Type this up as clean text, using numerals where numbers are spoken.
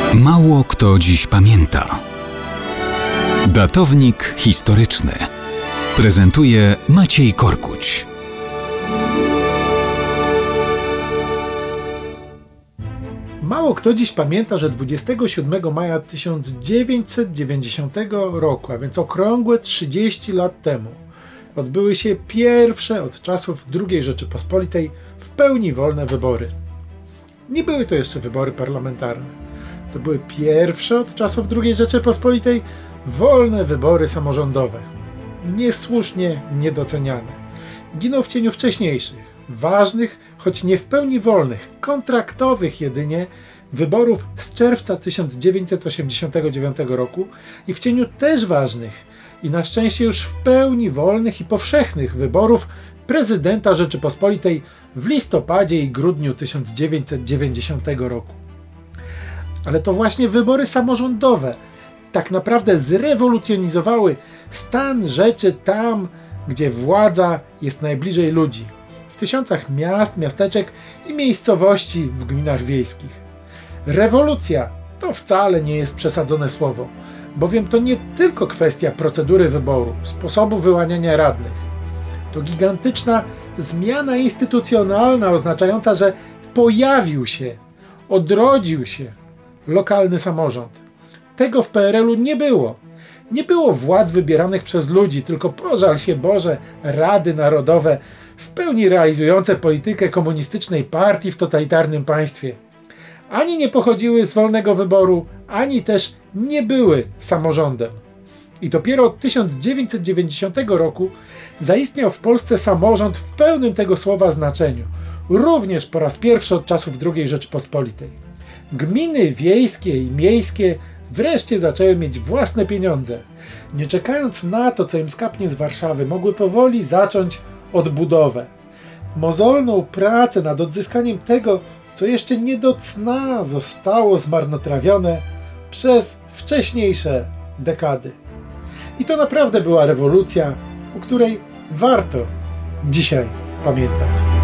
Mało kto dziś pamięta. Datownik historyczny prezentuje Maciej Korkuć. Mało kto dziś pamięta, że 27 maja 1990 roku, a więc okrągłe 30 lat temu, odbyły się pierwsze od czasów II Rzeczypospolitej w pełni wolne wybory. Nie były to jeszcze wybory parlamentarne. To były pierwsze od czasów II Rzeczypospolitej wolne wybory samorządowe. Niesłusznie niedoceniane. Giną w cieniu wcześniejszych, ważnych, choć nie w pełni wolnych, kontraktowych jedynie, wyborów z czerwca 1989 roku i w cieniu też ważnych i na szczęście już w pełni wolnych i powszechnych wyborów prezydenta Rzeczypospolitej w listopadzie i grudniu 1990 roku. Ale to właśnie wybory samorządowe tak naprawdę zrewolucjonizowały stan rzeczy tam, gdzie władza jest najbliżej ludzi. W tysiącach miast, miasteczek i miejscowości w gminach wiejskich. Rewolucja to wcale nie jest przesadzone słowo, bowiem to nie tylko kwestia procedury wyboru, sposobu wyłaniania radnych. To gigantyczna zmiana instytucjonalna oznaczająca, że pojawił się, odrodził się lokalny samorząd. Tego w PRL-u nie było. Nie było władz wybieranych przez ludzi, tylko pożal się Boże, rady narodowe, w pełni realizujące politykę komunistycznej partii w totalitarnym państwie. Ani nie pochodziły z wolnego wyboru, ani też nie były samorządem. I dopiero od 1990 roku zaistniał w Polsce samorząd w pełnym tego słowa znaczeniu. Również po raz pierwszy od czasów II Rzeczypospolitej. Gminy wiejskie i miejskie wreszcie zaczęły mieć własne pieniądze. Nie czekając na to, co im skapnie z Warszawy, mogły powoli zacząć odbudowę. Mozolną pracę nad odzyskaniem tego, co jeszcze nie do cna zostało zmarnotrawione przez wcześniejsze dekady. I to naprawdę była rewolucja, o której warto dzisiaj pamiętać.